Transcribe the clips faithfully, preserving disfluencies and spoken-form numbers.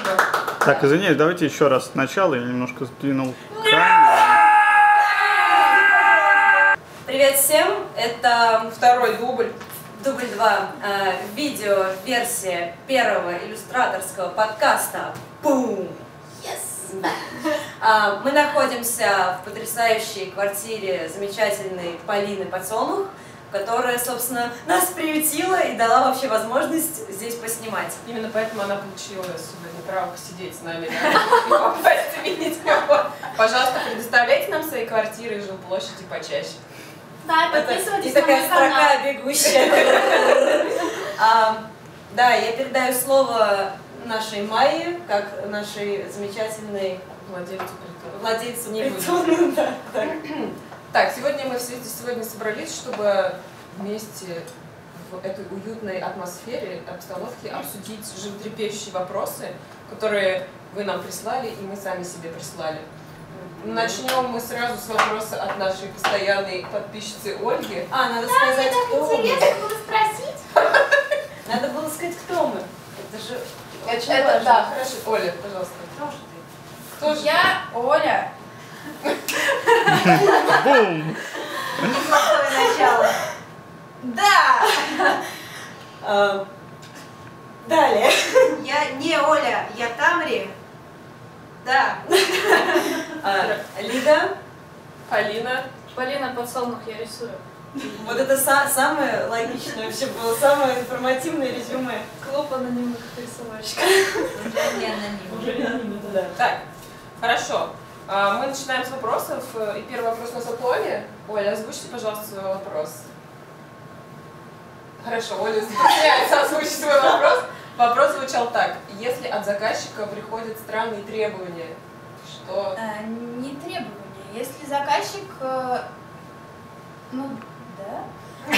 Спасибо. Так, извиняюсь, давайте еще раз сначала. Я немножко сдвинул камеру. Привет всем! Это второй дубль. Дубль два. Э, видео-версия первого иллюстраторского подкаста. Бум! Yes! э, мы находимся в потрясающей квартире замечательной Полины Подсолнух, которая, собственно, нас приютила и дала вообще возможность здесь поснимать. Именно поэтому она получила сегодня право посидеть с нами и попасть видеть его. Пожалуйста, предоставляйте нам свои квартиры и жилплощади почаще. Да, подписывайтесь и на такая мой канал. строка бегущая. а, да, я передаю слово нашей Майе, как нашей замечательной Владельцу притона. владельцу Не притона. Да, да. Так, сегодня мы все здесь сегодня собрались, чтобы вместе в этой уютной атмосфере, обстановке обсудить животрепещущие вопросы, которые вы нам прислали и мы сами себе прислали. Начнем мы сразу с вопроса от нашей постоянной подписчицы Ольги. А, надо Да, сказать, мне кто так мы. интересно было спросить. Надо было сказать, кто мы. Это же очень Это, важно. да, хорошо. Оля, пожалуйста. Кто же ты? Кто же? Я Оля. Бум! Неплохое начало. Да. А, далее. Я не Оля, я Тамри. Да. А, Лида. Полина. Полина Подсолнух, я рисую. Вот это са- самое логичное вообще было, самое информативное резюме. Клуб анонимных рисовальщиков. Уже не аноним. Уже не анонимно, да. Так, хорошо. А, Мы начинаем с вопросов. И первый вопрос у нас от Оли. Оля, озвучьте, пожалуйста, свой вопрос. Хорошо, Оля стесняется озвучить свой вопрос. Вопрос звучал так. Если от заказчика приходят странные требования, что... А, не требования. Если заказчик, э, ну, да.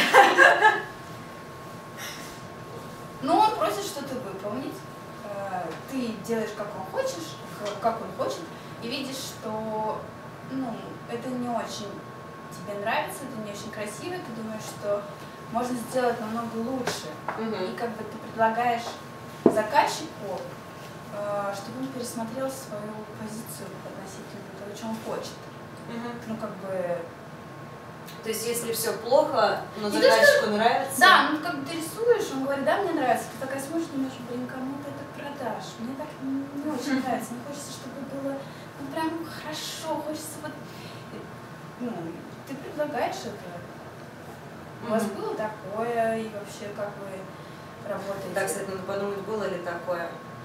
Ну, он просит что-то выполнить. Э, Ты делаешь, как он хочешь, как он хочет, и видишь, что, ну, это не очень тебе нравится, это не очень красиво, ты думаешь, что можно сделать намного лучше. Мгм. И как бы ты предлагаешь заказчику, э, чтобы он пересмотрел свою позицию относительно того, что он хочет. Мгм. Ну, как бы... То есть, если все плохо, но Не то, заказчику нравится. Да, ну как бы ты рисуешь, он говорит, да, мне нравится. Ты такая смотришь, думаешь, блин, кому ты это продашь? Мне так не очень нравится. Мне хочется, чтобы было ну, прям хорошо, хочется вот... Ну, ты предлагаешь это. У вас Мгм. было такое, и вообще как вы работаете? Так, кстати, надо подумать, было ли такое.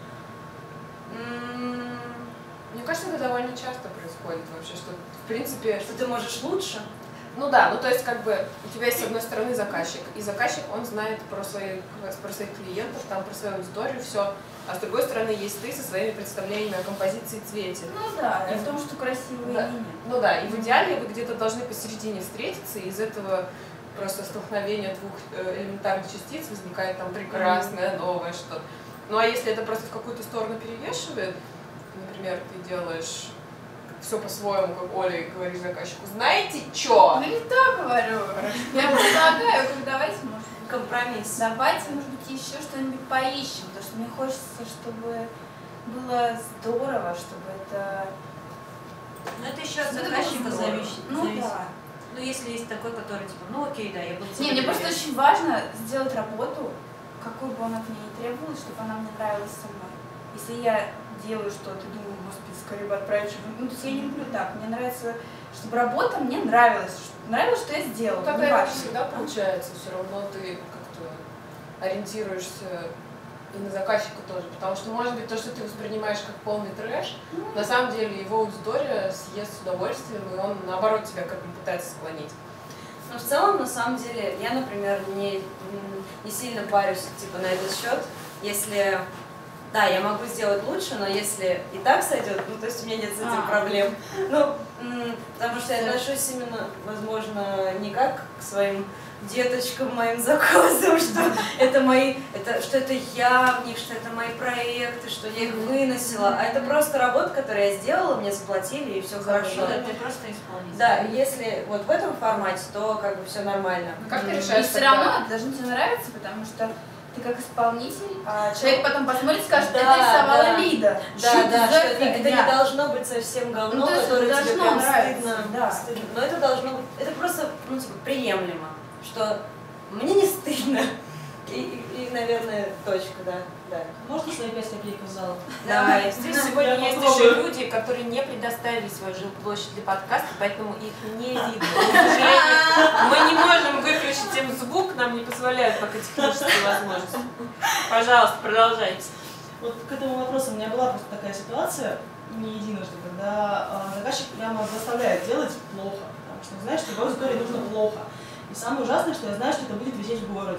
М, Мне кажется, это довольно часто происходит вообще, что, в принципе, Что ты можешь лучше? ну да, ну то есть как бы у тебя есть с одной стороны заказчик, и заказчик, он знает про своих, про своих клиентов, там, про свою аудиторию, все, а с другой стороны есть ты со своими представлениями о композиции и цвете. Ну да, и в том, что красивые Да. линии. Ну да, и в идеале вы где-то должны посередине встретиться, и из этого просто столкновения двух э, элементарных частиц возникает там прекрасное, новое что-то. Ну а если это просто в какую-то сторону перевешивает, например, ты делаешь все по-своему, как Оля, и говоришь заказчику, знаете чё? Ну не то говорю. Я предлагаю, как давайте, может быть, Компромисс. давайте, может быть, еще что-нибудь поищем, потому что мне хочется, чтобы было здорово, чтобы это... Но это еще от чтобы это заказчика было здорово. зависит. Ну зависит. да. Ну, если есть такой, который типа, ну окей, да, я буду Не, тебе мне просто доверять. очень важно сделать работу, какой бы она от меня ни требовалась, чтобы она мне нравилась самой. Если я делаю что-то, думаю, господи, скорее бы отправить, чтобы... Ну, то есть я не люблю так. Мне нравится, чтобы работа мне нравилась. что- Нравилось, что я сделала. Ну, так не это важно. всегда получается, все равно ты как-то ориентируешься и на заказчика тоже, потому что, может быть, то, что ты воспринимаешь как полный трэш, на самом деле его аудитория съест с удовольствием, и он, наоборот, тебя как бы пытается склонить. Но в целом, на самом деле, я, например, не, м, не сильно парюсь типа на этот счет. Если, да, я могу сделать лучше, но если и так сойдет, ну, то есть у меня нет с этим А. проблем. Ну, м, потому что я отношусь именно, возможно, не как к своим деточкам, моим заказам, что это мои, это, что это я в них, что это мои проекты, что я их выносила, а это просто работа, которую я сделала, мне заплатили, и все хорошо. Да, ты просто исполнитель. Да, если вот в этом формате, то как бы все нормально. Как ты И решаешь все тогда? равно это должно тебе нравиться, потому что ты как исполнитель, а человек потом посмотрит и скажет, Да, это рисовала да. Лида. Да, Что да, это что за это, это фигня? не должно быть совсем говно, Ну, то есть которое это тебе должно прям нравиться, стыдно, да. стыдно. Но это должно быть, это просто, ну, типа, приемлемо, что мне не стыдно. И, и, и, наверное, точка, да. да. Можно свои пять копеек в зал? Да, и здесь сегодня Я есть попробую. еще люди, которые не предоставили свою жилплощадь для подкаста, поэтому их не видно. К сожалению, мы не можем выключить им звук, нам не позволяют пока технические возможности. Пожалуйста, продолжайте. Вот к этому вопросу у меня была просто такая ситуация, не единожды, когда э, заказчик прямо заставляет делать плохо, потому что знаешь, что его аудитории нужно плохо. И самое ужасное, что я знаю, что это будет висеть в городе.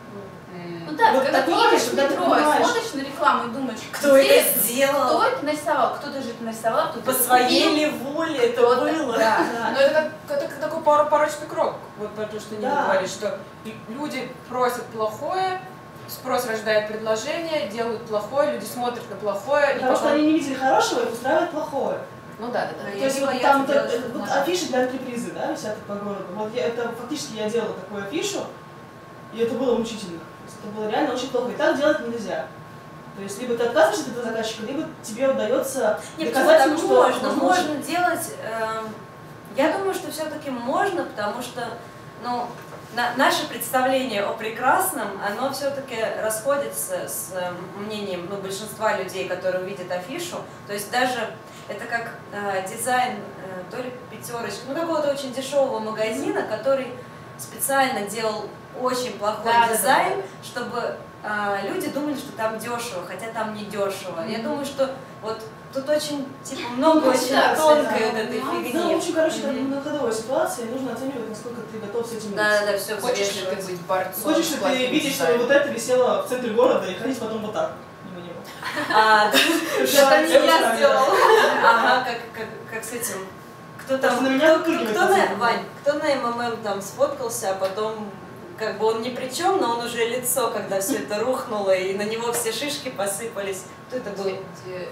Ну да, Вот когда ты такое, едешь в когда ты метро и понимаешь. смотришь на рекламу и думаешь, Кто это интересно, сделал? кто это нарисовал, кто-то же это нарисовал, кто-то По это своей купил. ли воле это Кто-то, было? Да. Да. Но это как, это как такой пор- порочный круг, вот про то, что Нина Да. говорит, что люди просят плохое, спрос рождает предложение, делают плохое, люди смотрят на плохое, и Потому что потом... они не видели хорошего и устраивают плохое. Ну да, да, да. Да, То есть они вот боятся там делать это- что-то вот нажать. афиши для антрепризы, да, висят по городу. Вот я, это фактически я делала такую афишу, и это было мучительно. То есть это было реально очень плохо. И так делать нельзя. То есть либо ты отказываешься от этого заказчика, либо тебе удается Нет, доказать почему ему, так что можно, лучше. можно делать. эм, я думаю, что все-таки можно, потому что, ну, на- наше представление о прекрасном, оно все-таки расходится с эм, мнением, ну, большинства людей, которые увидят афишу. То есть даже это как э, дизайн, э, то ли пятерочка, ну, какого-то очень дешевого магазина, который специально делал очень плохой Да, да, дизайн, да, чтобы а, люди думали, что там дешево, хотя там не дешево. Я думаю, что вот тут очень, типа, много Ну, очень да, тонкой кстати, вот этой да. фигни. Да, очень, короче, как Мгм. на ходовой ситуации, нужно оценивать, насколько ты готов с этим Да, да, да, все Хочешь ли ты быть борцом? Хочешь с ли ты плохим видеть, что дизайном? вот это висело в центре города и ходить потом вот так, мимо него? А, Это не я сделала. ага, как, как, как с этим. Кто Потому там, что на меня кто, выпрыгивает кто на, отсюда. Вань, кто на эм эм эм там сфоткался, а потом как бы он ни при чем, но он уже лицо, когда все это рухнуло, и на него все шишки посыпались. Кто это был? Де- де-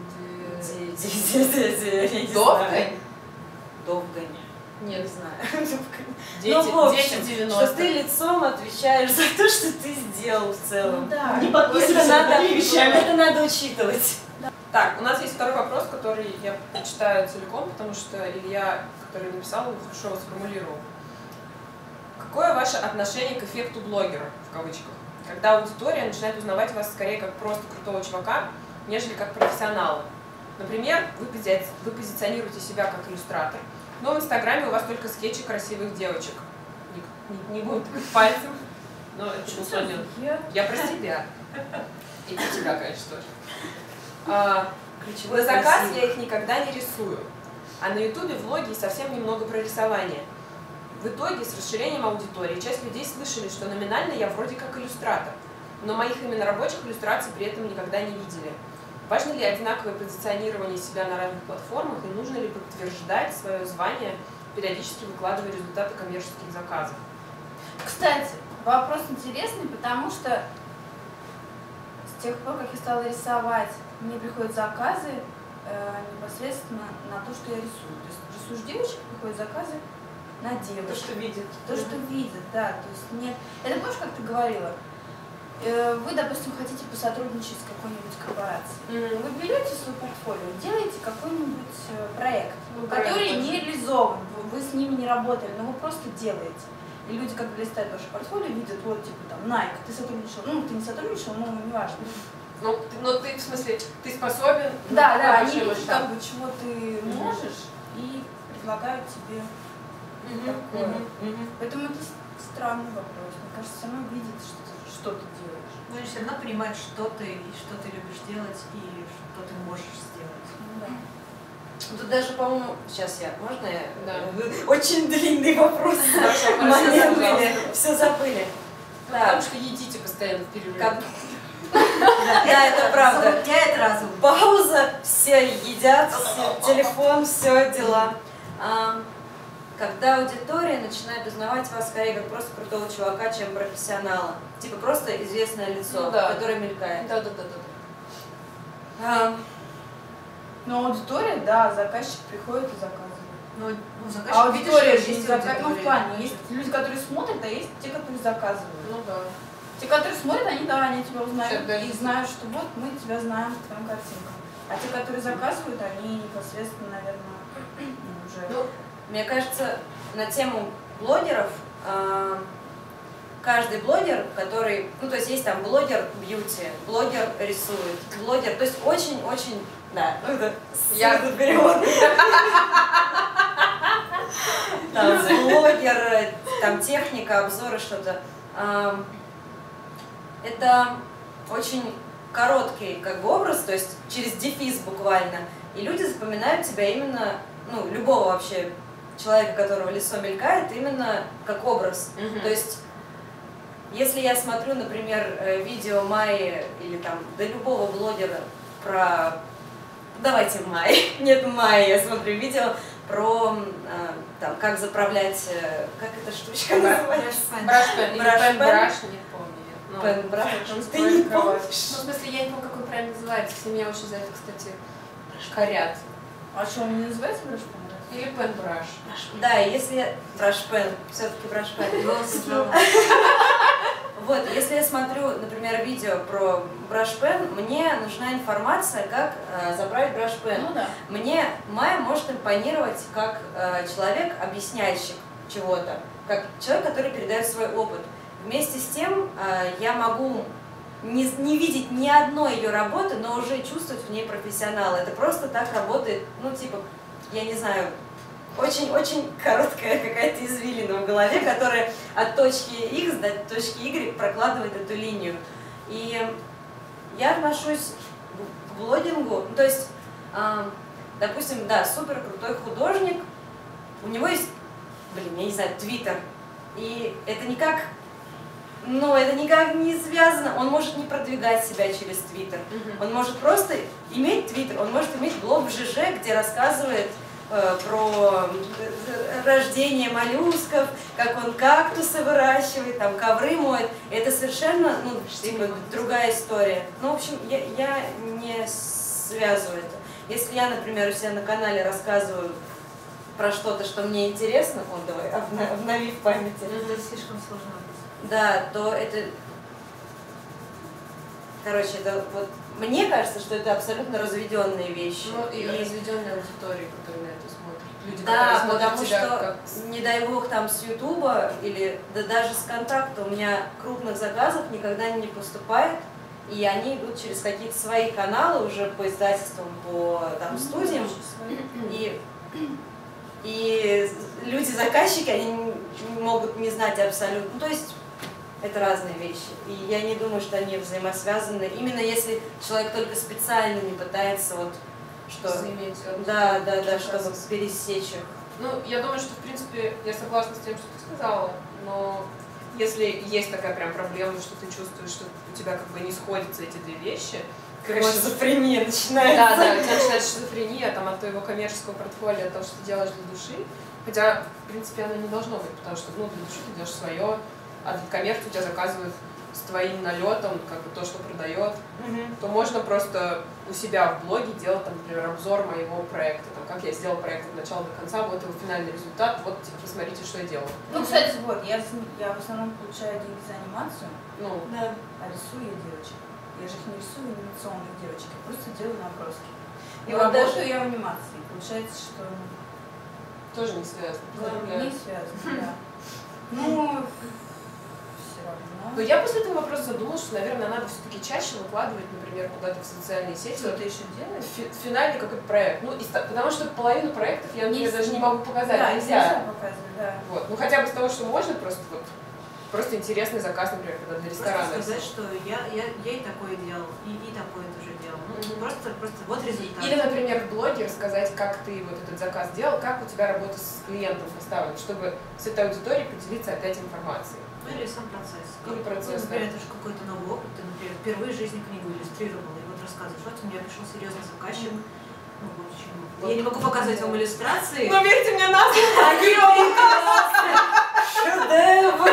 де- Ди- ди- ди- ди- ди- я не Довгань? знаю. Довгань. Нет, Не знаю. дети, Ну, в общем, дети что девяностых. ты лицом отвечаешь за то, что ты сделал в Ну целом. да. Не Это подписывайся на надо, такие вещами. это надо учитывать. Так, у нас есть второй вопрос, который я прочитаю целиком, потому что Илья, который написал, его хорошо его сформулировал. Какое ваше отношение к эффекту блогера, в кавычках, когда аудитория начинает узнавать вас скорее как просто крутого чувака, нежели как профессионала? Например, вы, пози- вы позиционируете себя как иллюстратор, но в Инстаграме у вас только скетчи красивых девочек. Не, не, не будем тыкать пальцем, но это не условно. Я- Я про себя. И про тебя, конечно, тоже. А, Ключевой на заказ красивый. я их никогда не рисую. А на ютубе влоги и совсем немного про рисование. В итоге с расширением аудитории часть людей слышали, что номинально я вроде как иллюстратор, но моих именно рабочих иллюстраций при этом никогда не видели. Важно ли одинаковое позиционирование себя на разных платформах и нужно ли подтверждать свое звание, периодически выкладывая результаты коммерческих заказов? Кстати, вопрос интересный, потому что с тех пор, как я стала рисовать, мне приходят заказы э, непосредственно на то, что я рисую. То есть рисуешь девочек, приходят заказы на девочек. То, что видит. То, что видят, да. То есть нет. Это помнишь, как ты говорила? Э, Вы, допустим, хотите посотрудничать с какой-нибудь корпорацией. Вы берете свое портфолио, делаете какой-нибудь э, проект, Ну, который проект, не реализован, вы- вы с ними не работали, но вы просто делаете. И люди, когда листают ваше портфолио, видят, вот, типа, там, Nike, ты сотрудничал, ну, ты не сотрудничал, ну, неважно. Ну, ты, но ты, в смысле, ты способен? Да, на да, такой они большой видят, масштаб? как бы, чего ты можешь, и предлагают тебе такое. Поэтому это с- странный вопрос. Мне кажется, все равно видят, что, ты- что ты делаешь. Но они все равно понимают, что ты и что ты любишь делать, и что ты можешь сделать. Ну, да. Тут даже, по-моему, сейчас я, можно я? Да. Очень длинный вопрос. Хорошо, Мы хорошо, забыли, пожалуйста. все забыли. Потому Так, что едите постоянно в перерыве. как- да, это правда. Замутняет разум. Пауза, все едят, все, телефон, все дела. А, Когда аудитория начинает узнавать вас скорее как просто крутого чувака, чем профессионала. Типа просто известное лицо, Ну да. которое мелькает. Да, да, да, да. А, Но аудитория, да, заказчик приходит и заказывает. Ну, ну, А заказчик, аудитория видишь, же не есть заказывает. Ну, в аудитория. плане, есть люди, которые смотрят, а есть те, которые заказывают. Ну да. Те, которые смотрят, они, да, они тебя узнают Всё, да. и знают, что вот мы тебя знаем по твоим картинкам. А те, которые заказывают, они непосредственно, наверное, уже... Ну, мне кажется, на тему блогеров, э, каждый блогер, который, ну, то есть есть там блогер бьюти, блогер рисует, блогер, то есть очень-очень, да, ну, это Я- ссылку перевод. Там блогер, там техника, обзоры, что-то. Ам, Это очень короткий как бы образ, то есть через дефис буквально. И люди запоминают тебя именно, ну, любого вообще человека, которого лицо мелькает, именно как образ. Мгм. То есть, если я смотрю, например, э, видео Майи или там, да любого блогера про... Давайте Майи. Нет, Майи, я смотрю видео про э, там, как заправлять... э, Как эта штучка называется? Брашпен или Брашпен. пен-браш, не помню. Ну, Пен-браш. он Ты не строит кровать. помнишь? Ну, в смысле, я не помню, как он правильно называется. Все меня очень за это, кстати, корят. А что, он не называется брашпен? Или пен-браш. Да, и если... Брашпен. Все-таки брашпен. Вот, если я смотрю, например, видео про брашпен, мне нужна информация, как э, заправить брашпен. Ну да. Мне Майя может импонировать как э, человек, объясняющий чего-то, как человек, который передает свой опыт. Вместе с тем э, я могу не, не видеть ни одной ее работы, но уже чувствовать в ней профессионала. Это просто так работает, ну типа, я не знаю, очень-очень короткая какая-то извилина в голове, которая от точки X до точки Y прокладывает эту линию. И я отношусь к блогингу, ну, то есть, э, допустим, да, супер крутой художник, у него есть, блин, я не знаю, твиттер, и это никак, ну, это никак не связано, он может не продвигать себя через твиттер, он может просто иметь твиттер, он может иметь блог в ЖЖ, где рассказывает э, про рождение моллюсков, как он кактусы выращивает, там ковры моет. Это совершенно, ну, типа, другая история. Ну, в общем, я, я не связываю это. Если я, например, у себя на канале рассказываю про что-то, что мне интересно, вот давай, обна- обнови в памяти, Это слишком сложно. да, то это, короче, это вот, мне кажется, что это абсолютно разведенные вещи. Ну, и разведенная аудитория, которая на это смотрит. Люди, Да, которые смотрят потому тебя что, как... не дай бог, там с Ютуба или да даже с Контакта у меня крупных заказов никогда не поступает, и они идут через какие-то свои каналы уже по издательствам, по там, студиям, и, и люди-заказчики, они не могут не знать абсолютно, ну, то есть это разные вещи, и я не думаю, что они взаимосвязаны, именно если человек только специально не пытается вот что... заиметь аудиторию, Да, да, да, чтобы оказывается. пересечь их. Ну, я думаю, что, в принципе, я согласна с тем, что ты сказала, но если есть такая прям проблема, что ты чувствуешь, что у тебя как бы не сходятся эти две вещи, Короче, шизофрения да, начинается. да, у тебя начинается шизофрения там, от твоего коммерческого портфолио, от того, что ты делаешь для души, хотя, в принципе, оно не должно быть, потому что, ну, для души ты делаешь свое, а для коммерции у тебя заказывают с твоим налетом, как бы то, что продает, Мгм. то можно просто у себя в блоге делать, там, например, обзор моего проекта, там, как я сделал проект от начала до конца, вот его финальный результат, вот, типа, посмотрите, что я делал. Ну, кстати, вот, я, с- я в основном получаю деньги за анимацию, Ну, Да. а рисую я девочек. Я же их не рисую анимационных девочек, я просто делаю наброски. И И вот вот даже- работаю я в анимации. Получается, что тоже не связано. ну, не связано, да. Ну, все равно. Но я после этого вопроса задумалась, что, наверное, надо все-таки чаще выкладывать, например, куда-то в социальные сети. Что Вот ты еще делаешь? фи- финальный какой-то проект. Ну, и ста- потому что половину проектов я, например, Не- даже не могу показать, Да, нельзя. нельзя показывать, да. Вот. Ну, хотя бы с того, что можно, просто вот, просто интересный заказ, например, когда для ресторана. Просто сказать, что я, я, я и такое делал, и, и такое тоже делал. Ну, Мгм. просто, просто вот результат. Или, например, в блоге рассказать, как ты вот этот заказ делал, как у тебя работа с клиентом поставлена, чтобы с этой аудиторией поделиться опять информацией. Ну, или сам процесс. Или процесс, Ну, например, да. это же какой-то новый опыт. Ты, например, впервые в жизни книгу иллюстрировала, и вот рассказываешь, вот у меня пришел серьезный заказчик, ну, вот очень... Я не могу показать вам иллюстрации. Но верьте мне на слово, Они прекрасны! Шедевр!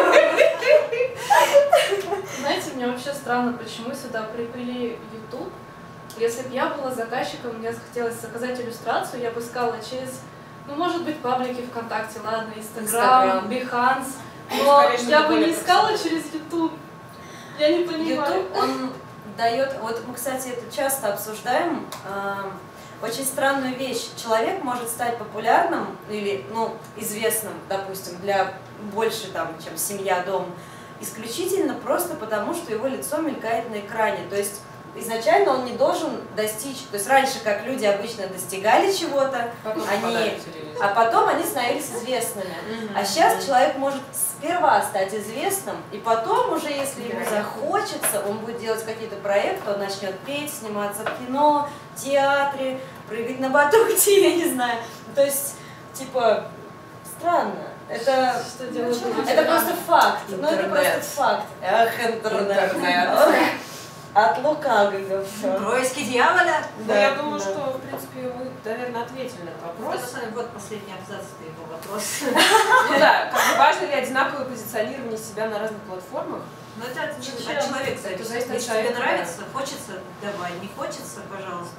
Знаете, мне вообще странно, почему сюда припили YouTube. Если бы я была заказчиком, мне захотелось заказать иллюстрацию, я бы искала через, ну, может быть, паблики ВКонтакте, ладно, Инстаграм, Инстаграм. Behance, Ну, но скорее, что я это бы более не искала профессионально. через YouTube. Я не понимаю. YouTube, он дает, вот мы, кстати, это часто обсуждаем, э, очень странную вещь. Человек может стать популярным или, ну, известным, допустим, для больше, там, чем семья, дом, исключительно просто потому, что его лицо мелькает на экране. То есть изначально он не должен достичь, то есть раньше, как люди обычно достигали чего-то, они, а потом они становились известными. Mm-hmm. А сейчас человек может сперва стать известным, и потом уже, если ему захочется, он будет делать какие-то проекты, он начнет петь, сниматься в кино, в театре, прыгать на батуте, я не знаю. То есть, типа, странно. Это, что делать, это просто факт. Интернет. Ну, это просто факт. Эх, интернет. Интернет. От лукавого все. Происки дьявола. Ну, я думаю, что, в принципе, мы, наверное, ответили на этот вопрос. Просто, вот последний абзац твоего вопроса. Ну да, как бы важно ли одинаковое позиционирование себя на разных платформах? Но это от, Зачем? от человека зависит. Это зависит от Если человека, тебе нравится, хочется, давай. Не хочется, пожалуйста,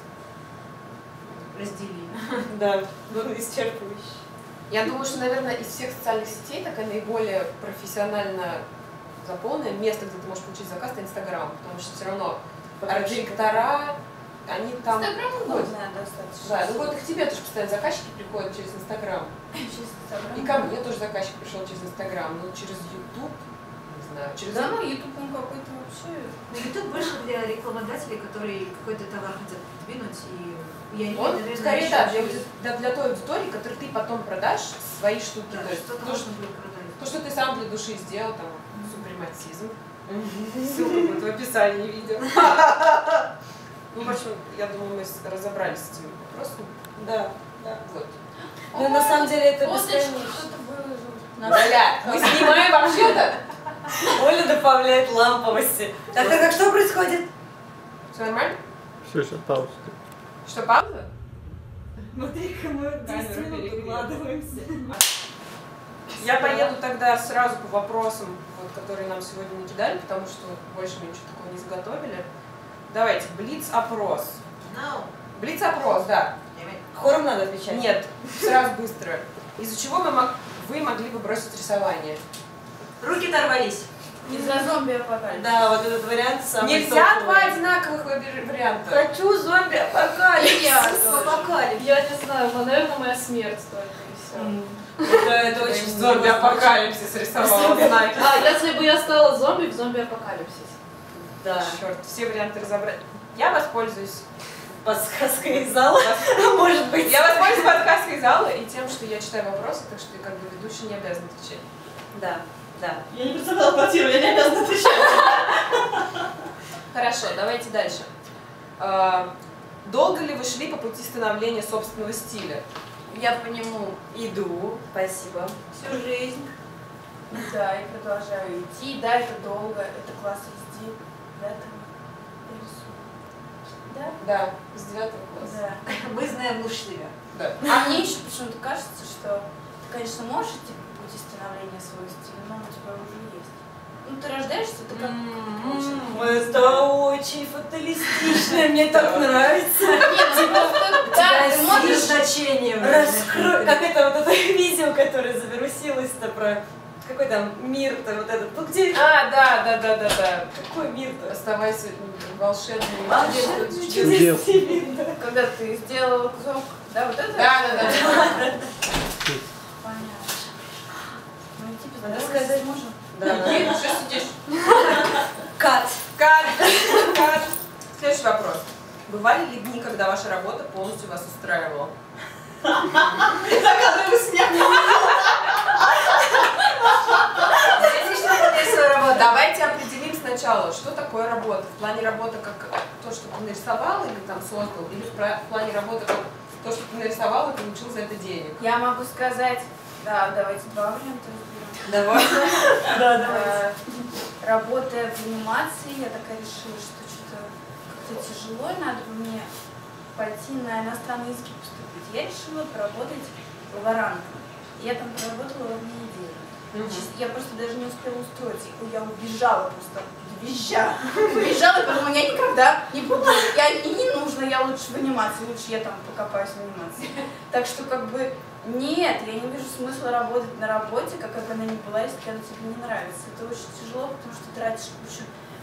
раздели. Да, ну, исчерпывающе. Я думаю, что, наверное, из всех социальных сетей такая наиболее профессионально заполненное место, где ты можешь получить заказ, это Инстаграм, потому что все равно директора, они там... Инстаграм ходят. удобная достаточно. Да, ну вот и к тебе тоже постоянно заказчики приходят через Инстаграм. Через Инстаграм. И ко мне тоже заказчик пришел через Инстаграм, но через Ютуб, не знаю, через... Да, ну YouTube он какой-то вообще... Но YouTube больше для рекламодателей, которые какой-то товар хотят продвинуть, и я не Он, наверное, скорее, еще да, для, через- для, для той аудитории, которой ты потом продашь свои штуки. Да, то есть что-то то, можно что, будет продать. то, что ты сам для души сделал, там, супрематизм. Ссылка будет в описании видео. Ну, в общем, я думаю, мы с- разобрались с этим вопросом. Да, да. Вот. Ну, на самом деле это Фоточку бесконечно. кто-то выложил. Оля, мы снимаем вообще-то. Оля добавляет ламповости. Так, так, а что происходит? Все нормально? Все, сейчас пауза. Что, пауза? Смотри-ка, мы десять минут укладываемся. Я поеду тогда сразу по вопросам, вот, которые нам сегодня накидали, потому что больше мы ничего такого не заготовили. Давайте, блиц-опрос. No. Блиц-опрос, да. Хором надо отвечать? Нет, сразу быстро. Из-за чего мы мог- вы могли бы бросить рисование? Руки дорвались. Из-за зомби-апокалипсиса. Да, вот этот вариант самый Нельзя топовый. два одинаковых ваби- варианта. Хочу зомби-апокалипсис. Апокалипсис. Я не знаю, ну, наверное, моя смерть только и все. М, Это, это очень Зомби-апокалипсис рисовала знаки. А если бы я стала зомби в зомби-апокалипсисе? Да. Черт, все варианты разобрать. Я воспользуюсь. Подсказка из зала, может быть. Я воспользуюсь подсказкой зала и тем, что я читаю вопросы, так что как бы ведущий не обязан отвечать. Да, да. Я не представляла квартиру, я не обязана отвечать. Хорошо, давайте дальше. А, Долго ли вы шли по пути становления собственного стиля? Я по нему иду. Спасибо. Всю жизнь. Да, и продолжаю идти. Да, это долго, это класс везде. Да, там я рисую. Да? Да, с девятого класса. Да. Мы знаем лучше тебя. Да. А мне еще почему-то кажется, что ты, конечно, можешь идти по пути становления своего стиля, но он у тебя уже есть. Ну, ты рождаешься, ты как... М, Это очень фаталистично, мне так нравится. Нет, ну просто, да, ты можешь... значение. Раскрой, как это вот это видео, которое завирусилось-то про какой там мир-то вот этот. Ну где? А, да, да, да, да, да. Какой мир-то? Оставайся волшебным. Волшебный, чудесным. чудесный мир, да. Когда ты сделала кусок, да, вот это? Да, да, да. Понятно. Ну, типа, Надо здорово, сказать. можем. Да, да. Ты уже сидишь. Кат. Кат. Кат. Следующий вопрос. Бывали ли дни, когда ваша работа полностью вас устраивала? Заказываем снег. Давайте определим сначала, что такое работа. В плане работы как то, что ты нарисовал или там создал, или в пра- в плане работы как то, что ты нарисовал и получил за это денег. Я могу сказать, да, давайте два варианта разберем. Давай. Да, давай. Э, Работая в анимации, я такая решила, что что-то как-то тяжело, и надо мне пойти на иностранный язык поступить. Я решила поработать лаборантом. Я там проработала ровно неделю. Я просто даже не успела устроиться. Я убежала просто оттуда, визжа. Убежала, и подумала, я никогда не буду. Я, и не нужно, я лучше в анимации, лучше я там покопаюсь в анимации. Так что как бы нет, я не вижу смысла работать на работе, какая бы она ни была, если она тебе не нравится. Это очень тяжело, потому что тратишь кучу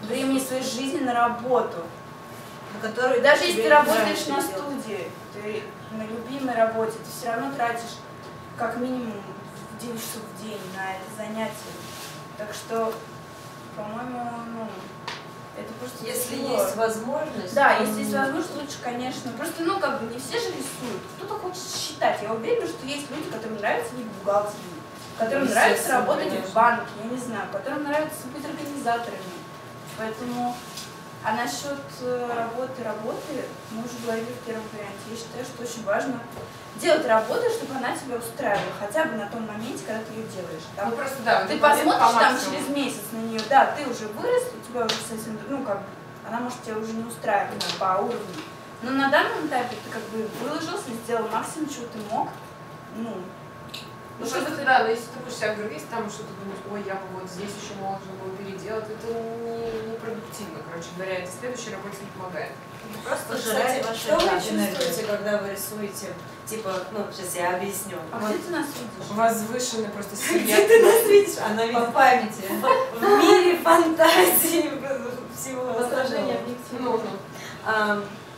времени своей жизни на работу. На которую Даже если тебе ты работаешь нравится на делать. студии, ты на любимой работе, ты все равно тратишь как минимум девять часов в день на это занятие. Так что, по-моему, ну, это просто Если тяжело. есть возможность. Да, то- если есть возможность, лучше, конечно. Просто, ну, как бы не все же рисуют. Кто-то хочет считать. Я уверена, что есть люди, которым нравится быть бухгалтерами, которым Ну, нравится естественно, работать конечно. в банке, я не знаю, которым нравится быть организаторами. Поэтому, а насчет э, работы, работы, мы уже говорили в первом варианте, я считаю, что очень важно делать работу, чтобы она тебя устраивала, хотя бы на том моменте, когда ты ее делаешь. Там, Ну просто да, ты вот момент посмотришь по там максимуму. через месяц на нее, да, ты уже вырос, у тебя уже совсем, ну как бы, она может тебя уже не устраивать по уровню. Но на данном этапе ты как бы выложился, сделал максимум, чего ты мог. Ну, Ну что ты, да, но если ты будешь себя грызть, там что-то думать, ой, я бы вот здесь еще можно было переделать, это не, не продуктивно, короче говоря, это следующей работе не помогает. Просто, Пожирает кстати, вашу что вы энергию. чувствуете, когда вы рисуете? Типа, ну, сейчас я объясню. а Вот где ты нас видишь? Возвышенный просто Где сияет. ты нас видишь? Она По видит памяти. в мире фантазии всего Возражение остального. объективно. Ну, ну. А,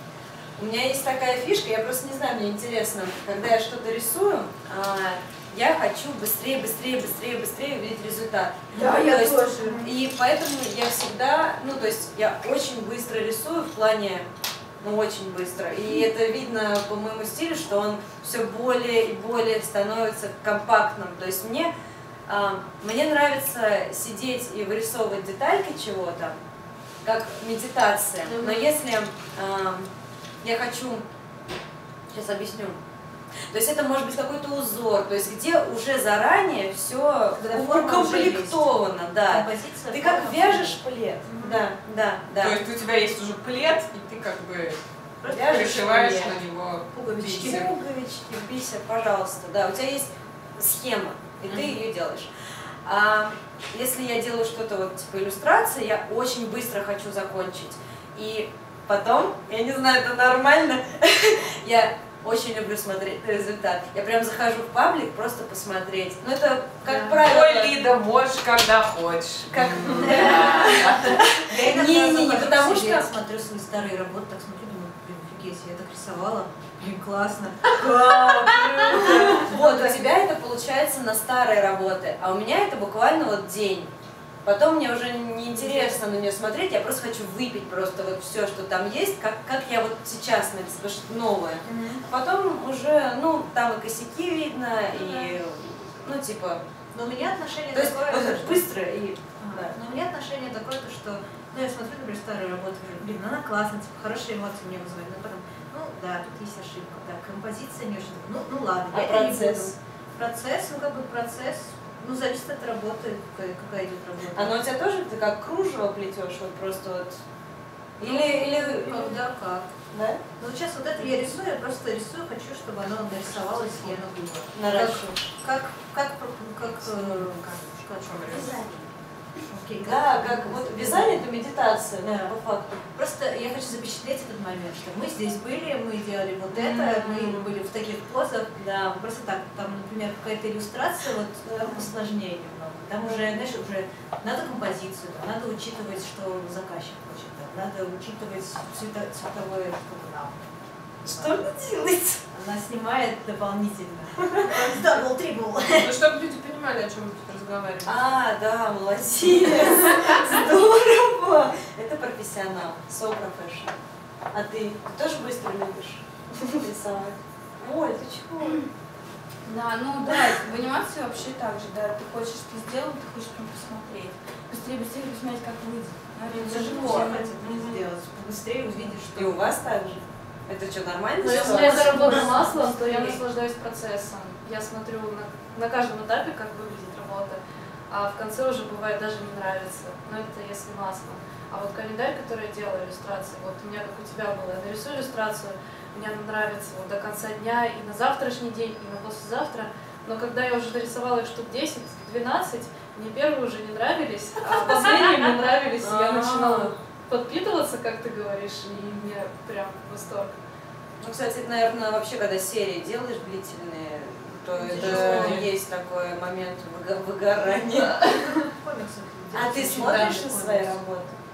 у меня есть такая фишка, я просто не знаю, мне интересно, когда я что-то рисую, а, я хочу быстрее, быстрее, быстрее, быстрее увидеть результат. Да, То я есть, тоже. И поэтому я всегда, ну то есть я очень быстро рисую в плане, ну очень быстро. И это видно по моему стилю, что он все более и более становится компактным. То есть мне, а, мне нравится сидеть и вырисовывать детальки чего-то, как медитация. Но если а, я хочу, сейчас объясню. То есть это может быть какой-то узор, то есть где уже заранее все Когда форма уже укомплектовано, да. Композиция, Ты как форма, вяжешь плед, да, да, да. То есть у тебя есть уже плед, и ты как бы Просто вяжешь пришиваешь плед. на него пуговички. бисер. Пуговички, бисер, пожалуйста, да. У тебя есть схема, и ты ее делаешь. А если я делаю что-то вот типа иллюстрации, я очень быстро хочу закончить. И потом, я не знаю, это нормально, я очень люблю смотреть на результат. Я прям захожу в паблик просто посмотреть. Ну это, как правило... Ой, Лида, можешь, когда хочешь. Как... Я иногда Не, не, не, захожу потому к себе, что- смотрю свои старые работы, так смотрю, думаю, блин, офигеть, я так рисовала, блин, классно. Вот, у тебя это получается на старые работы, а у меня это буквально вот день. Потом мне уже не интересно на нее смотреть, я просто хочу выпить просто вот все, что там есть, как, как я вот сейчас написала, что новое. А потом уже, ну, там и косяки видно, и, ну, типа, Но у меня отношение то есть такое, вот что- быстро и... Ага. Да. Но у меня отношение такое, то, что, ну, я смотрю, например, старые работы, говорю, блин, ну, она классная, типа, хорошие эмоции мне вызывает, но потом, ну, да, тут есть ошибка, да, композиция не очень, ну, ну ладно, А я это не процесс? буду. Процесс, ну, как бы процесс, ну, зависит от работы, какая, какая идет работа. А ну у тебя тоже ты как кружево плетешь, вот просто вот... Или, или... Когда как. Да? Ну, вот сейчас вот это я рисую, я просто рисую, хочу, чтобы оно нарисовалось, и оно было. Наращиваешь. Как, как, как, как, э, как, как, Окей, Да, как вот вязание это медитация, ну, Да. по факту. Просто я хочу запечатлеть этот момент, что мы здесь были, мы делали вот это, мы были в таких позах. Да. Просто так, там, например, какая-то иллюстрация, вот там посложнее немного. Там уже, знаешь, уже надо композицию, там, надо учитывать, что заказчик хочет, там, надо учитывать цвето- цветовое, что там. Что она делает? Она снимает дополнительно. Дабл, трибл. Ну, чтобы люди понимали, о чем мы тут разговариваем. А, да, молодец. Здорово. Это профессионал. So professional. А ты, ты тоже быстро любишь рисовать? Ой, ты чего? Да, ну да, в анимации вообще так же, да, ты хочешь, ты сделал, ты хочешь прям посмотреть. Быстрее, быстрее посмотреть, как выйдет. Ну, это тяжело. Все хотят не сделать. Быстрее увидишь, что... И у вас так же? Это что, нормально? Но что если ли? это работа маслом, то я наслаждаюсь процессом. Я смотрю на, на каждом этапе, как выглядит работа, а в конце уже бывает даже не нравится. Но это если маслом. А вот календарь, который я делаю, иллюстрации, вот у меня, как у тебя было, я нарисую иллюстрацию, мне она нравится вот до конца дня и на завтрашний день, и на послезавтра. Но когда я уже нарисовала их штук десять-двенадцать, мне первые уже не нравились, а последние мне нравились, и я начинала подпитываться, как ты говоришь, и мне прям восторг. Ну, кстати, это, наверное, вообще, когда серии делаешь длительные, то это Тяжело. есть такой момент выго- выгорания. Комиксы А ты очень смотришь данный на свои комикс. работы?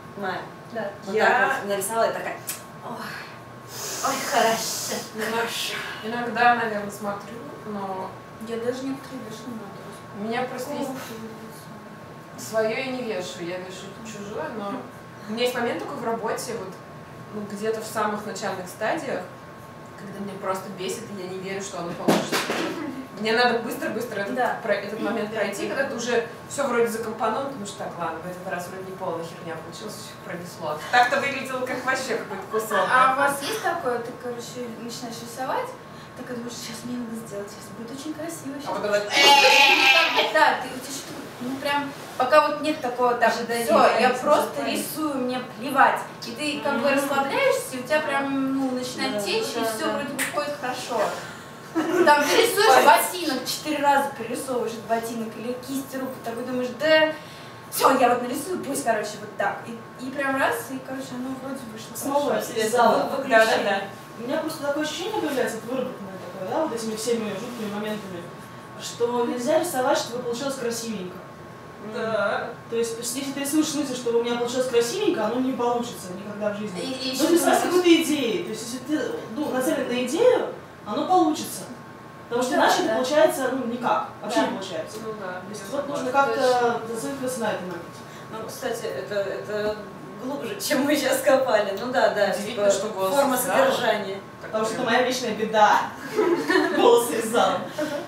Майя. Да. Вот Я- так вот нарисовала и такая, ой, ой, хорошо, хорошо. Иногда, наверное, смотрю, но Я даже некоторые вещи не могу. у меня просто есть свое я не вешаю, я вешаю чужое, но у меня есть момент такой в работе, вот ну, где-то в самых начальных стадиях, когда меня просто бесит, и я не верю, что оно получится. Мне надо быстро-быстро этот, Да. про- этот момент пройти, когда ты уже все вроде закомпоновано, потому что так, ладно, в этот раз вроде не полная херня получилась, всё пронесло. Так-то выглядело как вообще какой-то кусок. А у вас есть такое, ты, короче, начинаешь рисовать, так и думаешь, сейчас мне надо сделать, сейчас будет очень красиво. А Сейчас потом это- Да, ты, у тебя что-то, ну прям, пока вот нет такого, так, Ожидание, все, я границы, просто ожидание. рисую, мне плевать. И ты как бы расслабляешься, и у тебя прям, ну, начинает Да, течь, да, и все да. вроде выходит хорошо. Там ты рисуешь ботинок, четыре раза перерисовываешь этот ботинок, или кисть руку, такой думаешь, да, все, я вот нарисую, пусть, короче, вот так. И, и прям раз, и, короче, оно вроде вышло Снова хорошо. из зала. Да, да, да. У меня просто такое ощущение появляется, вот выработанное такое, да, вот этими всеми жуткими моментами, что нельзя рисовать, чтобы получилось красивенько. Да. То есть, если ты рисуешь в смысле, чтобы у меня получилось красивенько, оно не получится никогда в жизни. И- и Но ещё рисовать ты- какой-то идеей. То есть, если ты ну, нацелен на идею, оно получится. Потому что Да, иначе да. это получается, ну, никак. Вообще Да. не получается. Ну да. То есть, я вот нужно согласна. как-то зацикливаться на этом моменте. Ну, кстати, это, это глубже, чем мы сейчас копали. Ну да, да, Удивительно, типа, что голос форма из зала. содержания. Потому что это моя вечная беда. Голос из зала.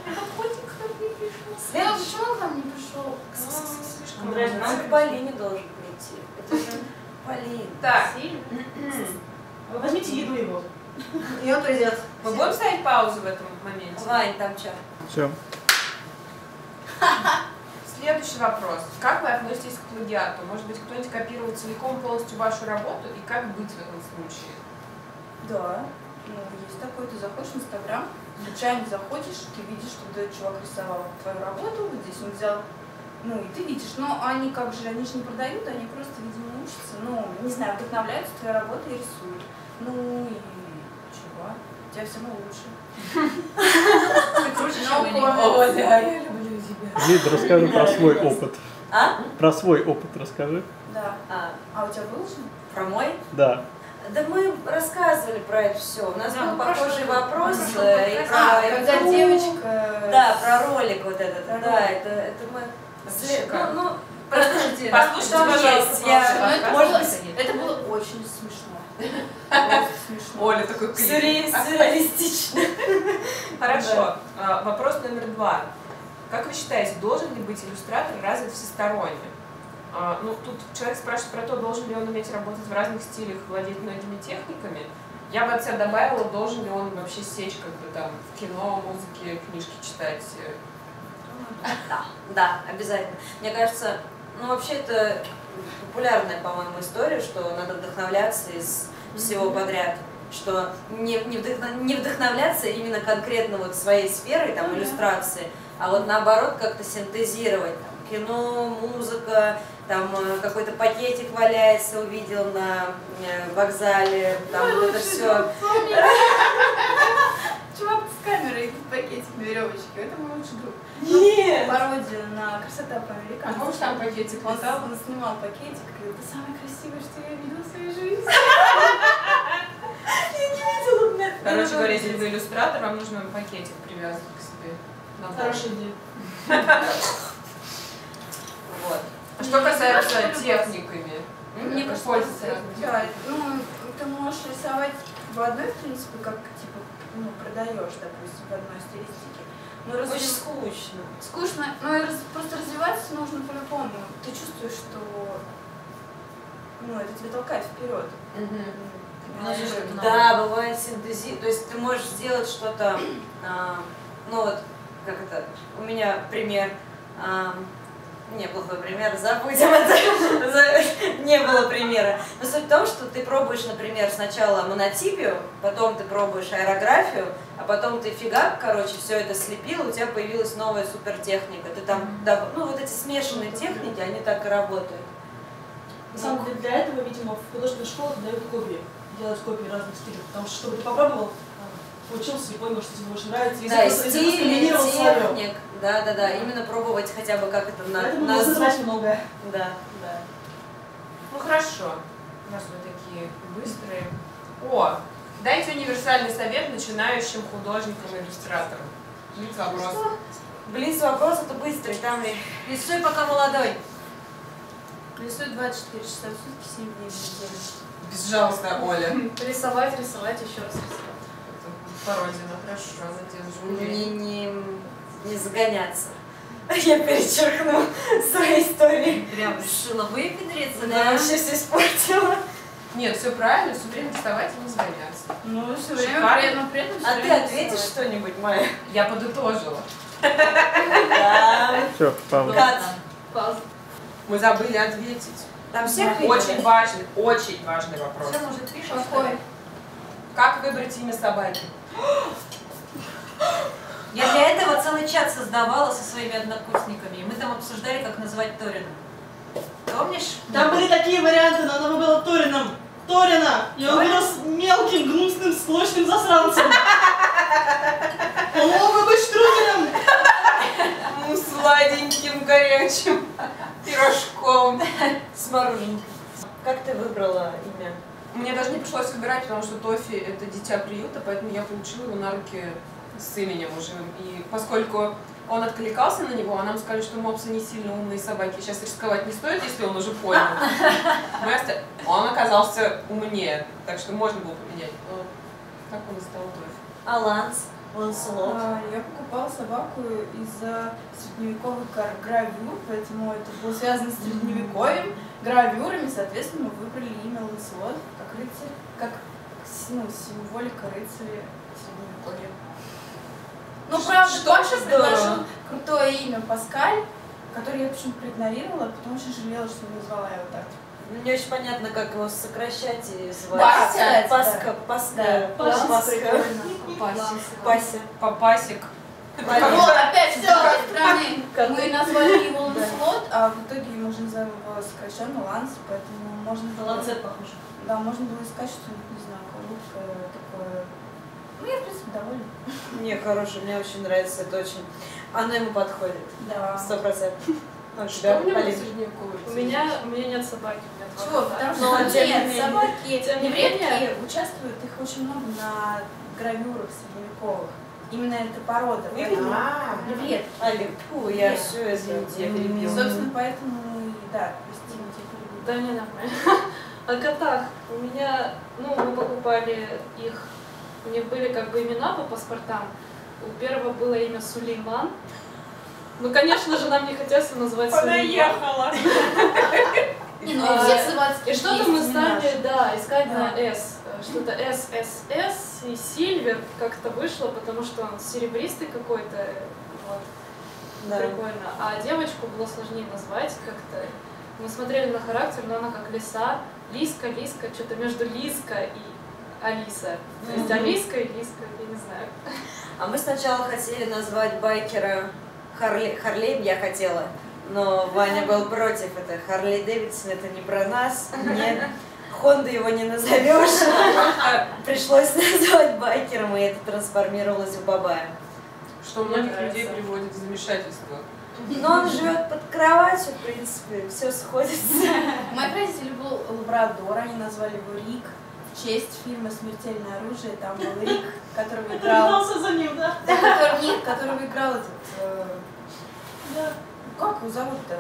Лена, почему он к нам не пришел? Слишком Андрей, много. Он к Полине должен прийти. Это же Полина. Так, Вы возьмите еду его. И он придет. мы будем ставить паузу в этом моменте? Вань, там что? Все. Следующий вопрос. Как вы относитесь к плагиату? Может быть, кто-нибудь копировал целиком полностью вашу работу? И как быть в этом случае? Да, ну есть такой, ты заходишь в Инстаграм, случайно заходишь, ты видишь, что вот этот чувак рисовал твою работу, вот здесь он взял, ну и ты видишь, но они как же, они же не продают, они просто, видимо, учатся, ну, не знаю, вдохновляются твоей работой и рисуют. Ну и чего? У тебя все равно лучше. Ты круче, чем они. Оля, я люблю тебя. Лида, расскажи про свой опыт. А? Про свой опыт расскажи. Да. А, А у тебя выложено? про мой? Да. Да мы рассказывали про это все. У нас Да, был мы похожий прошлый- вопрос. прошлый э, И подкаст. про А, когда игру. девочка... Да, про ролик вот этот. Про Да, ролик. это, это мы... Это след- шикарно. Ну, ну, подожди. Послушайте, там пожалуйста, есть, прошлый я- Ну, это, подкаст. было, Конечно. это было очень смешно. Просто смешно. Оля такой клип. Сюрре- Сюрреалистично. Хорошо. А, Вопрос номер два. Как вы считаете, должен ли быть иллюстратор развит всесторонне? А, Ну, тут человек спрашивает про то, должен ли он уметь работать в разных стилях, владеть многими техниками. Я бы от себя добавила, должен ли он вообще сечь как бы там в кино, музыке, книжки читать. Да, да, обязательно. Мне кажется, ну вообще это популярная, по-моему, история, что надо вдохновляться из всего подряд, что не, не, вдохно- не вдохновляться именно конкретно вот своей сферой, там, иллюстрации, а вот наоборот как-то синтезировать, там, кино, музыка, там э, какой-то пакетик валяется, увидел на э, вокзале, там вот это все. Чувак с камерой в пакетик на веревочке. Это мой лучший друг. Нет! Пародия на красота А по-американски. помнишь, там пакетик Он, летал? он снимал пакетик, и говорит, это самое красивое, что я видела в своей жизни. Короче говоря, если вы иллюстратор, вам нужно пакетик привязывать к себе. на голову. Хорошая идея. Вот. А что касается Мне техниками? Мне как кажется, пользоваться это- разными да, ну, ты можешь рисовать в одной, в принципе, как, типа, ну, продаешь, допустим, в одной стилистике. Но разве- Очень скучно. скучно, но и раз- просто развиваться нужно по-любому. Ты чувствуешь, что, ну, это тебя толкает вперед. Вносишь что-то новое. Да, бывает синтези, то есть ты можешь сделать что-то, а, ну вот, как это, у меня пример, а, неплохой пример, забудем это, За- не было примера. Но суть в том, что ты пробуешь, например, сначала монотипию, потом ты пробуешь аэрографию, а потом ты фигак, короче, все это слепил, у тебя появилась новая супертехника. Ты там, да, ну вот эти смешанные техники, они так и работают. На самом деле, для этого, видимо, в художественной школе дают копии. Делать копии разных стилей. Потому что, чтобы ты попробовал, а, получился и понял, что тебе больше нравится. И Да, и просто- и ты стиль, и скомбинировал своё. техник, да, да, да, именно пробовать хотя бы как это на, Поэтому на можно звук. знать многое. Да, да. Ну хорошо, раз вы такие быстрые. О, дайте универсальный совет начинающим художникам и иллюстраторам. Блиц вопрос. Блиц вопрос, это быстрый, там и рисуй, пока молодой. Рисуй двадцать четыре часа в сутки, семь дней в неделю. Безжалостная Оля. Рисовать, рисовать, еще раз рисовать. Породина, хорошо, надеюсь, Не, не, не загоняться. Я перечеркну свои истории. Прям решила выпендриться, Да, да? вообще все испортила. Нет, все правильно, все время вставать и не загоняться. Ну, все Шикарно. время, но при этом всё А ты время ответишь рисовать. что-нибудь, Майя? Я подытожила. Да. Все, Павел. Кат. Пауза. Мы забыли ответить. Там всех Очень видели? важный, очень важный вопрос. Все, может, пишем? Какой? Как выбрать имя собаки? Я для этого целый чат создавала со своими однокурсниками, и мы там обсуждали, как называть Торина. Помнишь? Там были такие варианты, но она выбрала Торином. Торина! И он вырос мелким, гнусным, склочным засранцем. Он мог бы быть Штруделем. Ну, сладеньким, горячим пирожком. С мороженком. Как ты выбрала имя? Мне даже не пришлось выбирать, потому что Тофи — это дитя приюта, поэтому я получила его на руки с именем уже. И поскольку он откликался на него, а нам сказали, что мопсы не сильно умные собаки, сейчас рисковать не стоит, если он уже понял. Мы оста- Он оказался умнее, так что можно было поменять. Но так он и стал Тофи. А Ланс? Ланселот? А, Я покупала собаку из-за средневековых гра- гравюр, поэтому это было связано с средневековьем, гравюрами, соответственно, мы выбрали имя Ланселот как рыцарь, как с- ну, символика рыцаря средневековья. Ну, правда, Что Паша здорово. предложил крутое имя Паскаль, которое я почему-то проигнорировала, потому что жалела, что не назвала его так. Ну, не очень понятно, как его сокращать и звать. Да, кстати, Паска, да. Паска, Да. Паска, Паска, Паси. Пася. Папасик. Вот, опять с другой стороны. Как Мы ты? назвали его Ланселот, а в итоге мы уже называем его сокращенно Ланс, поэтому можно было... Ланцет похож. Да, можно было искать что-нибудь, не знаю, короткое такое. Ну, я, в принципе, довольна. Не, хороший, мне очень нравится, это очень... Оно ему подходит. Да. Сто процентов. А у Что тебя, у меня Полин? средневековый? У меня, у меня нет собаки, у меня два Чего? кота. Потому Но, что тем не нет, менее. собаки, Тем не невредки менее. участвуют, их очень много на гравюрах средневековых. Именно эта порода. поэтому- А, Невредки. Алин, фу, я Нет. все, извините, я И, перебила. собственно, поэтому и да, простите, тебя Да, не нормально. О котах. У меня, ну, мы покупали их, у них были как бы имена по паспортам. У первого было имя Сулейман. Ну, конечно же, нам не хотелось его назвать Сулейман. понаехала. Не, ну А, у всех собацких И что-то есть мы имена. стали, да, искать Да. на S. Что-то S, S, S и Сильвер как-то вышло, потому что он серебристый какой-то. Вот. Да. Прикольно. А девочку было сложнее назвать как-то. Мы смотрели на характер, но она как лиса. Лиска, Лиска, что-то между Лиска и Алиса. То есть Мгм. Алиска и Лиска, я не знаю. А мы сначала хотели назвать байкера Харли... Харлеем, я хотела, но Ваня был против. Это Харли Дэвидсон, это не про нас, нет. Хонду его не назовешь. Пришлось назвать байкером, и это трансформировалось в Бабая. Что многих Мне людей нравится. приводит в замешательство. Но он живет под кроватью, в принципе, все сходится. У моих родителей был лабрадор, они назвали его Рик в честь фильма «Смертельное оружие». Там был Рик, которого Ты играл... гнался за ним, да? Да, который, нет, которого играл этот... э, Да. Как его зовут-то?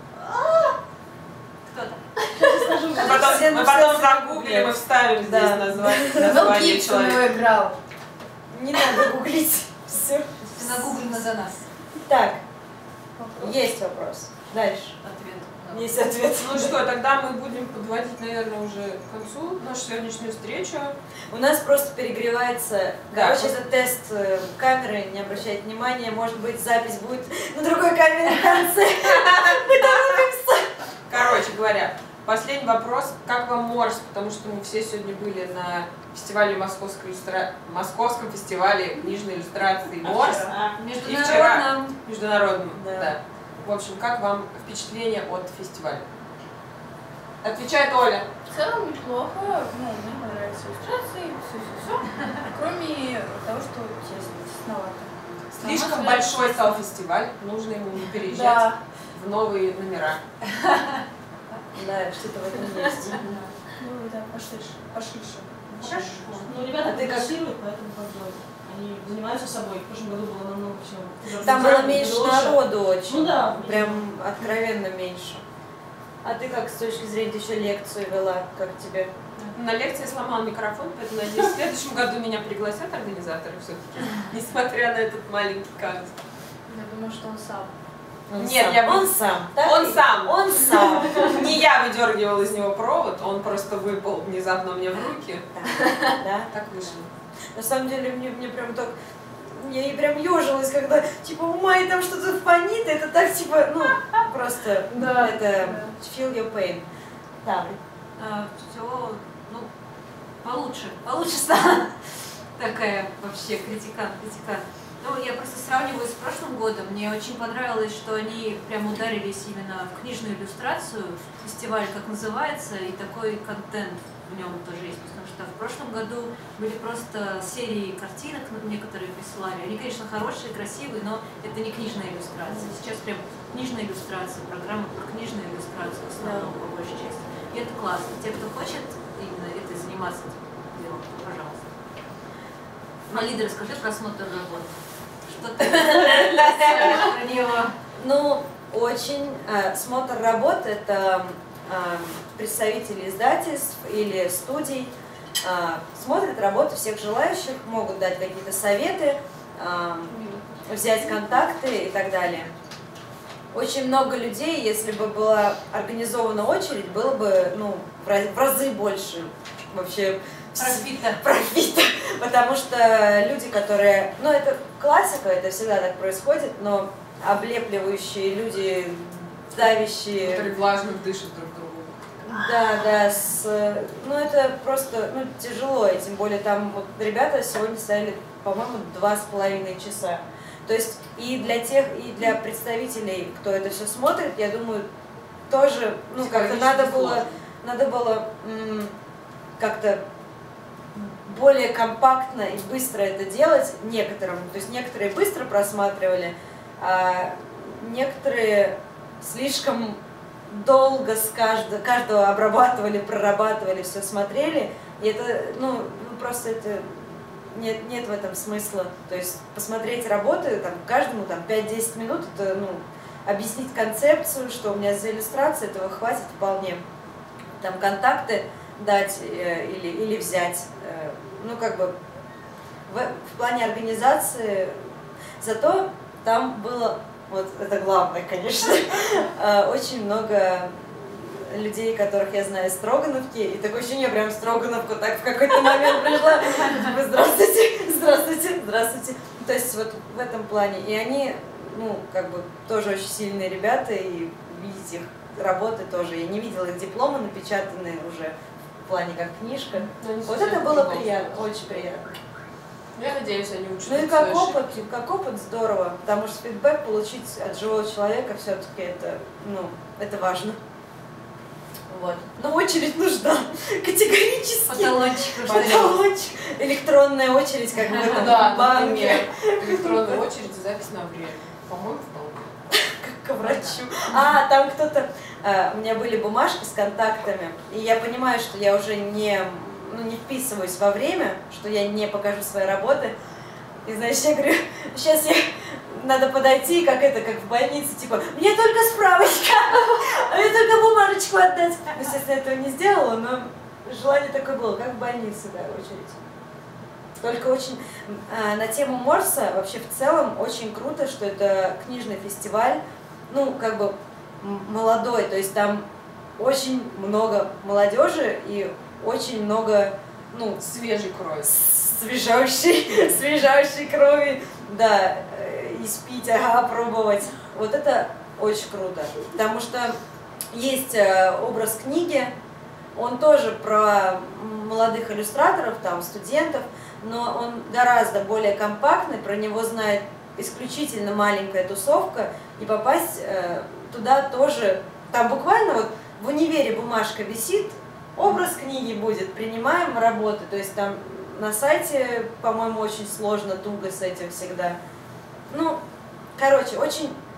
Все Мы потом, на мы потом все загуглим и гуглят. вставим Да. здесь название, Мел название Гибсон человека. его играл. Не надо гуглить. Все. Ты нагуглена за нас. Так, есть вопрос. Дальше. Ответ. Есть ответ. Ну что, тогда мы будем подводить, наверное, уже к концу нашу сегодняшнюю встречу. У нас просто перегревается. Да, Короче, вот. это тест э, камеры, не обращайте внимания. Может быть, запись будет на другой камере в конце. Мы торопимся. Короче говоря, последний вопрос. Как вам Морс? Потому что мы все сегодня были на фестивале Московской иллюстра... Московском фестивале книжной иллюстрации Морс. И вчера Международном. международном. Да. Да. В общем, как вам впечатление от фестиваля? Отвечает Оля. В целом неплохо, ну, мне понравились иллюстрации, все-все-все, кроме того, что тесно, тесновато. Слишком На мой большой взгляд, стал фестиваль, нужно ему не переезжать Да. в новые номера. Да, что-то в этом есть. Ну, это пошише. Пошише. Хорошо. Ну, ребята А ты как- прогрессируют, поэтому как бы они занимаются собой. В прошлом году было намного всего. Там было меньше народу очень. Ну да. Прям откровенно меньше. А ты как с точки зрения, ты еще лекцию вела, как тебе? На лекции я сломала микрофон, поэтому, надеюсь, в следующем году меня пригласят организаторы все-таки, несмотря на этот маленький казус. Я думаю, что он сам. Он Нет, сам. я бы- Он сам. так? Он сам. Он сам. Не я выдергивала из него провод, он просто выпал внезапно мне в руки. Да. Так вышло. На самом деле мне, мне прям так, я и прям ежилась, когда типа у Майи там что-то фонит, это так типа, ну, просто, Да, это да. feel your pain. Да. Все, ну, получше, получше стало. Такая вообще критикан, критикан. Ну, я просто сравниваю с прошлым годом. Мне очень понравилось, что они прям ударились именно в книжную иллюстрацию. Фестиваль, как называется, и такой контент в нем тоже есть. Потому что в прошлом году были просто серии картинок, мне которые присылали. Они, конечно, хорошие, красивые, но это не книжная иллюстрация. Сейчас прям книжная иллюстрация, программа про книжную иллюстрацию в основном, по большей части. И это классно. Те, кто хочет именно этой заниматься этим делом, пожалуйста. Малида, расскажи про смотр работы. Что ты про него? Ну, очень. Э, смотр работ — это э, представители издательств или студий э, смотрят работы всех желающих, могут дать какие-то советы, э, взять контакты и так далее. Очень много людей, если бы была организована очередь, было бы, ну, в раз- в разы больше вообще Профита. профита, потому что люди, которые, ну, это классика, это всегда так происходит, но облепливающие люди, давящие, Которые влажно дышат друг другу. да, да, с, ну, это просто, ну, тяжело, и тем более там вот ребята сегодня стояли, по-моему, два с половиной часа. То есть и для тех, и для представителей, кто это все смотрит, я думаю, тоже, ну, как-то надо было, надо было м, как-то более компактно и быстро это делать некоторым. То есть некоторые быстро просматривали, а некоторые слишком долго с каждого, каждого обрабатывали, прорабатывали, все смотрели. И это, ну, ну просто это нет, нет в этом смысла. То есть посмотреть работы, там, каждому там пять-десять минут, это, ну, объяснить концепцию, что у меня за иллюстрацией этого хватит вполне. Там контакты дать э, или, или взять. Э, ну, как бы в, в плане организации, зато там было, вот это главное, конечно, э, очень много людей, которых я знаю из Строгановки, и такое ощущение, прям в Строгановку так в какой-то момент пришла, типа, здравствуйте, здравствуйте, здравствуйте. То есть вот в этом плане. И они, ну, как бы тоже очень сильные ребята, и видеть их работы тоже. Я не видела их дипломы напечатанные уже в плане как книжка. Вот это было приятно, очень приятно. Я надеюсь, они учатся. Ну и как опыт, как опыт здорово, потому что фидбэк получить от живого человека все-таки это, ну, это важно. Вот. Но очередь нужна, категорически. Потолончик. Потолончик. Электронная очередь, как в этом Да, банке. например, электронная очередь, запись на время. По-моему, вполне. Как к врачу. А, там кто-то... а, у меня были бумажки с контактами, и я понимаю, что я уже не, ну, не вписываюсь во время, что я не покажу свои работы. И, знаешь, я говорю, сейчас я... Надо подойти, как это, как в больнице, типа, мне только справочка, а мне только бумажечку отдать. Ну, естественно, этого не сделала, но желание такое было, как в больнице, да, очередь. Только очень а, на тему Морса вообще в целом очень круто, что это книжный фестиваль, ну, как бы м- молодой, то есть там очень много молодежи и очень много, ну, Свежей крови. свежайшей, свежайшей крови, да, э, испить, ага, пробовать. Вот это очень круто, потому что есть э, образ книги, он тоже про молодых иллюстраторов, там, студентов, но он гораздо более компактный, про него знает исключительно маленькая тусовка, и попасть э, туда тоже, там буквально вот в универе бумажка висит, образ книги будет, принимаем работы, то есть там на сайте, по-моему, очень сложно, туго с этим всегда. Ну, короче, очень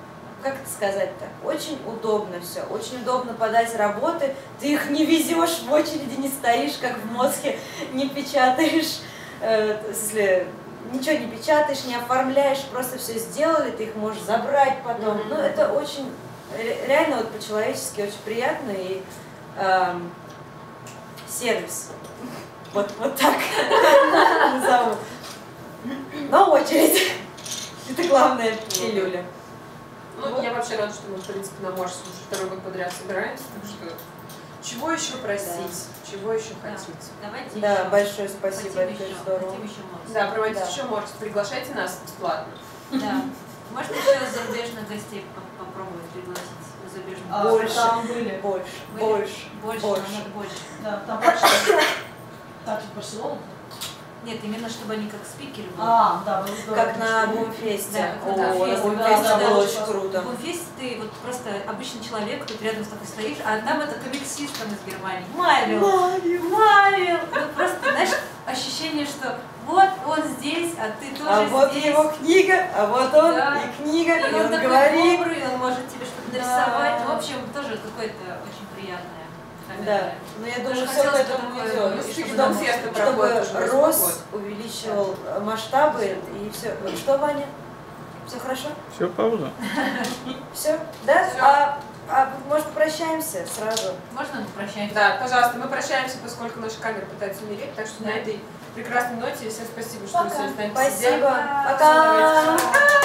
как это сказать-то, очень удобно все, очень удобно подать работы, ты их не везешь, в очереди не стоишь, как в мозге, не печатаешь, э, если ничего не печатаешь, не оформляешь, просто все сделали, ты их можешь забрать потом. Ну, это очень, реально вот по-человечески очень приятно и эм, сервис. Вот, вот так назову. Но очередь. Это главная пилюля. Ну, Вот. я вообще рада, что мы, в принципе, на Морсе уже второй год подряд собираемся, так что чего еще просить, Да. чего еще Да. хотите. Давайте Да, еще. большое спасибо, Хотим это еще, здорово. хотим еще Морс. Да, проводите Да. еще Морс, приглашайте нас бесплатно. Да. Можно еще зарубежных гостей по- попробовать пригласить? Зарубежных А, Больше. Там были. Больше, Были? больше, Больше, больше. нам надо больше. Да, там почти. Так, в Барселону? Нет, именно чтобы они как спикеры были. А, да, было здорово. Как на Бумфесте. Да, как на О, на Бумфесте. Бумфесте Да, да, было очень очень круто. В Бумфесте ты вот просто обычный человек, тут рядом с тобой стоишь, а нам это комиксист там из Германии. Мавил! Мавил! Ну просто, знаешь, ощущение, что вот он здесь, а ты тоже А вот здесь. его книга, а вот он Да. и книга, И и он он такой говорит. добрый, он может тебе что-то Да. нарисовать. Ну, в общем, тоже какое-то очень приятное. Да, но я думаю, Даже все к хотелось бы этому такое, идет. ну, И чтобы чтобы там нам- фесты чтобы проходят уже восьмой рос, год. увеличивал масштабы и все. Что, Ваня? Все хорошо? Все, пауза. Все? Да? Всё. А, а может попрощаемся сразу? Можно попрощаемся? Да, пожалуйста, мы прощаемся, поскольку наши камеры пытаются умереть, так что на этой прекрасной ноте всем спасибо, что вы сегодня с нами посидели. Спасибо. Пока.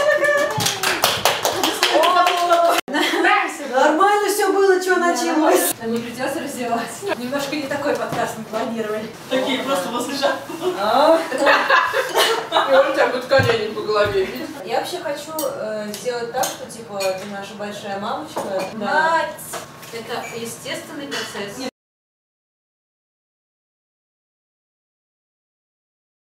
Нормально все было, что началось. Нам не придется раздеваться. Немножко не такой подкаст мы планировали. Такие просто возле жара. А? И он у тебя будет колени по голове. Я вообще хочу э, сделать так, что типа ты наша большая мамочка. Мать! Это естественный процесс.